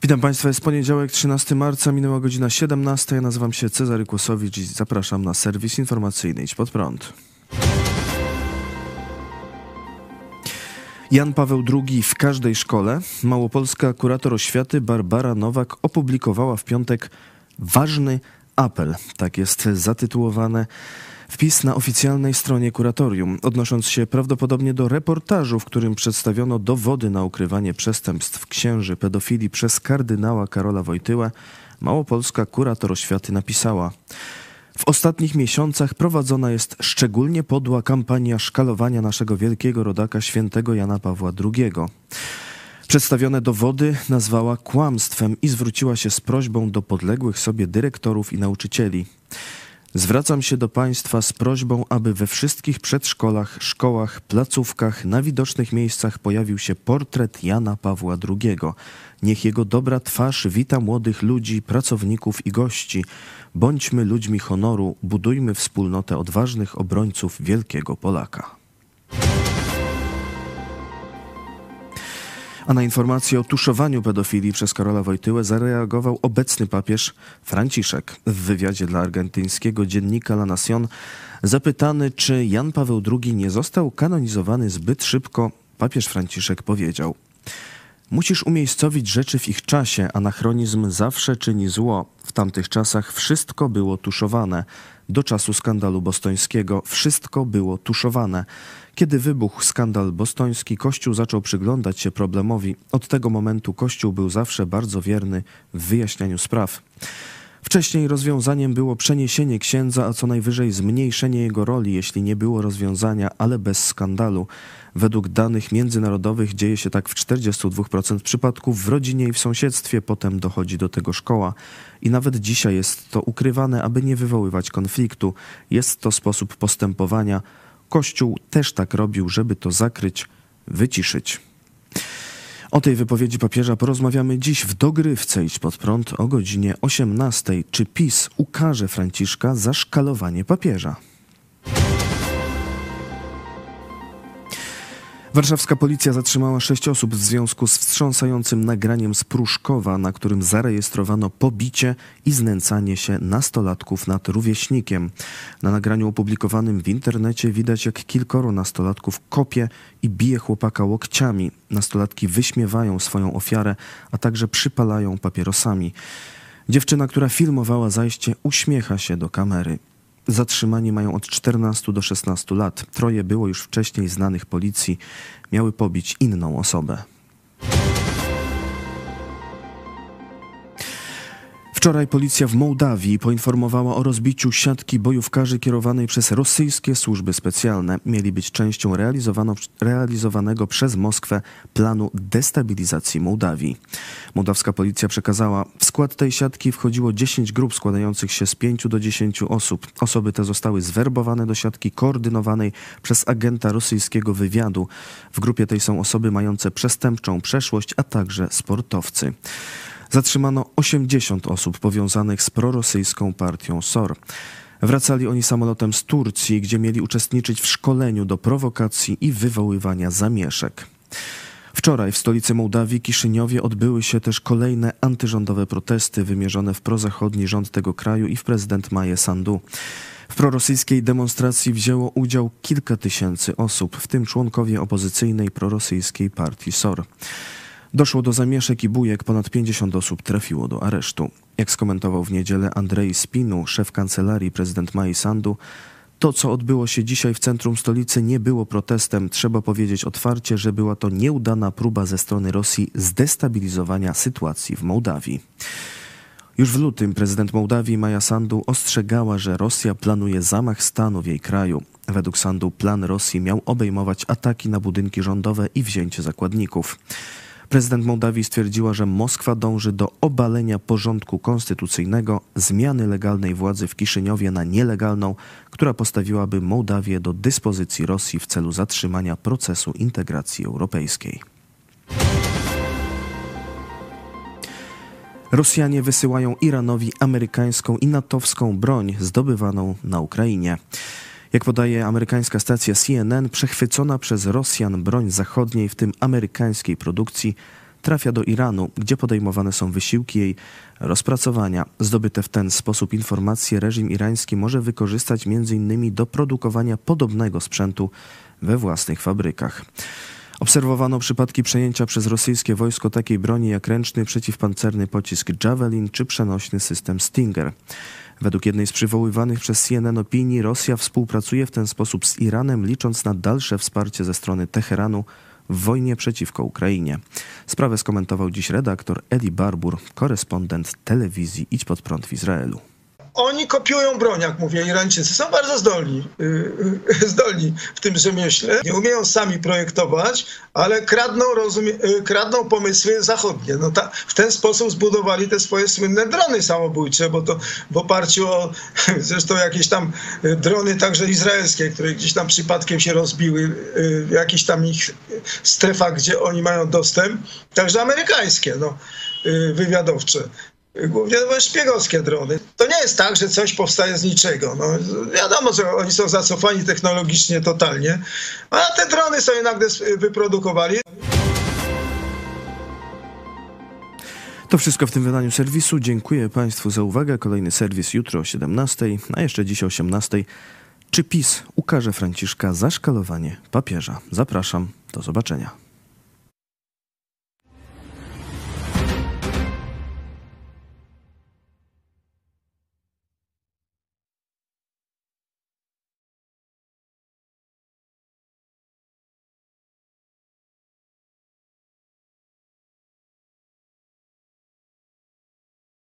Witam Państwa, jest poniedziałek, 13 marca, minęła godzina 17. Ja nazywam się Cezary Kłosowicz i zapraszam na serwis informacyjny Idź Pod Prąd. Jan Paweł II w każdej szkole. Małopolska kurator oświaty Barbara Nowak opublikowała w piątek ważny apel. Tak jest zatytułowany wpis na oficjalnej stronie kuratorium, odnosząc się prawdopodobnie do reportażu, w którym przedstawiono dowody na ukrywanie przestępstw księży pedofilii przez kardynała Karola Wojtyłę. Małopolska kurator oświaty napisała: w ostatnich miesiącach prowadzona jest szczególnie podła kampania szkalowania naszego wielkiego rodaka świętego Jana Pawła II. Przedstawione dowody nazwała kłamstwem i zwróciła się z prośbą do podległych sobie dyrektorów i nauczycieli. Zwracam się do Państwa z prośbą, aby we wszystkich przedszkolach, szkołach, placówkach, na widocznych miejscach pojawił się portret Jana Pawła II. Niech jego dobra twarz wita młodych ludzi, pracowników i gości. Bądźmy ludźmi honoru, budujmy wspólnotę odważnych obrońców wielkiego Polaka. A na informację o tuszowaniu pedofilii przez Karola Wojtyłę zareagował obecny papież Franciszek. W wywiadzie dla argentyńskiego dziennika La Nación zapytany, czy Jan Paweł II nie został kanonizowany zbyt szybko, papież Franciszek powiedział: musisz umiejscowić rzeczy w ich czasie, anachronizm zawsze czyni zło. W tamtych czasach wszystko było tuszowane. Do czasu skandalu bostońskiego wszystko było tuszowane. Kiedy wybuchł skandal bostoński, Kościół zaczął przyglądać się problemowi. Od tego momentu Kościół był zawsze bardzo wierny w wyjaśnianiu spraw. Wcześniej rozwiązaniem było przeniesienie księdza, a co najwyżej zmniejszenie jego roli, jeśli nie było rozwiązania, ale bez skandalu. Według danych międzynarodowych dzieje się tak w 42% przypadków w rodzinie i w sąsiedztwie, potem dochodzi do tego szkoła. I nawet dzisiaj jest to ukrywane, aby nie wywoływać konfliktu. Jest to sposób postępowania. Kościół też tak robił, żeby to zakryć, wyciszyć. O tej wypowiedzi papieża porozmawiamy dziś w dogrywce Idź Pod Prąd o godzinie 18. Czy PiS ukarze Franciszka za szkalowanie papieża? Warszawska policja zatrzymała 6 osób w związku z wstrząsającym nagraniem z Pruszkowa, na którym zarejestrowano pobicie i znęcanie się nastolatków nad rówieśnikiem. Na nagraniu opublikowanym w internecie widać, jak kilkoro nastolatków kopie i bije chłopaka łokciami. Nastolatki wyśmiewają swoją ofiarę, a także przypalają papierosami. Dziewczyna, która filmowała zajście, uśmiecha się do kamery. Zatrzymani mają od 14 do 16 lat. 3 było już wcześniej znanych policji. Miały pobić inną osobę. Wczoraj policja w Mołdawii poinformowała o rozbiciu siatki bojówkarzy kierowanej przez rosyjskie służby specjalne. Mieli być częścią realizowanego przez Moskwę planu destabilizacji Mołdawii. Mołdawska policja przekazała, w skład tej siatki wchodziło 10 grup składających się z 5 do 10 osób. Osoby te zostały zwerbowane do siatki koordynowanej przez agenta rosyjskiego wywiadu. W grupie tej są osoby mające przestępczą przeszłość, a także sportowcy. Zatrzymano 80 osób powiązanych z prorosyjską partią SOR. Wracali oni samolotem z Turcji, gdzie mieli uczestniczyć w szkoleniu do prowokacji i wywoływania zamieszek. Wczoraj w stolicy Mołdawii, Kiszyniowie, odbyły się też kolejne antyrządowe protesty wymierzone w prozachodni rząd tego kraju i w prezydent Maję Sandu. W prorosyjskiej demonstracji wzięło udział kilka tysięcy osób, w tym członkowie opozycyjnej prorosyjskiej partii SOR. Doszło do zamieszek i bujek, ponad 50 osób trafiło do aresztu. Jak skomentował w niedzielę Andrzej Spinu, szef kancelarii prezydent Maji Sandu, to, co odbyło się dzisiaj w centrum stolicy, nie było protestem. Trzeba powiedzieć otwarcie, że była to nieudana próba ze strony Rosji zdestabilizowania sytuacji w Mołdawii. Już w lutym prezydent Mołdawii Maja Sandu ostrzegała, że Rosja planuje zamach stanu w jej kraju. Według Sandu plan Rosji miał obejmować ataki na budynki rządowe i wzięcie zakładników. Prezydent Mołdawii stwierdziła, że Moskwa dąży do obalenia porządku konstytucyjnego, zmiany legalnej władzy w Kiszyniowie na nielegalną, która postawiłaby Mołdawię do dyspozycji Rosji w celu zatrzymania procesu integracji europejskiej. Rosjanie wysyłają Iranowi amerykańską i natowską broń zdobywaną na Ukrainie. Jak podaje amerykańska stacja CNN, przechwycona przez Rosjan broń zachodniej, w tym amerykańskiej produkcji, trafia do Iranu, gdzie podejmowane są wysiłki jej rozpracowania. Zdobyte w ten sposób informacje reżim irański może wykorzystać m.in. do produkowania podobnego sprzętu we własnych fabrykach. Obserwowano przypadki przejęcia przez rosyjskie wojsko takiej broni jak ręczny przeciwpancerny pocisk Javelin czy przenośny system Stinger. Według jednej z przywoływanych przez CNN opinii Rosja współpracuje w ten sposób z Iranem, licząc na dalsze wsparcie ze strony Teheranu w wojnie przeciwko Ukrainie. Sprawę skomentował dziś redaktor Eli Barbour, korespondent telewizji Idź Pod Prąd w Izraelu. Oni kopiują broń, jak mówię, Irańczycy. Są bardzo zdolni w tym rzemiośle. Nie umieją sami projektować, ale kradną pomysły zachodnie. W ten sposób zbudowali te swoje słynne drony samobójcze, bo to w oparciu o zresztą jakieś tam drony także izraelskie, które gdzieś tam przypadkiem się rozbiły w jakichś tam ich strefach, gdzie oni mają dostęp. Także amerykańskie, wywiadowcze. Głównie szpiegowskie drony. To nie jest tak, że coś powstaje z niczego. Wiadomo, że oni są zacofani technologicznie totalnie, a te drony sobie nagle wyprodukowali. To wszystko w tym wydaniu serwisu. Dziękuję Państwu za uwagę. Kolejny serwis jutro o 17:00, a jeszcze dziś o 18:00. Czy PiS ukarze Franciszka za szkalowanie papieża? Zapraszam. Do zobaczenia.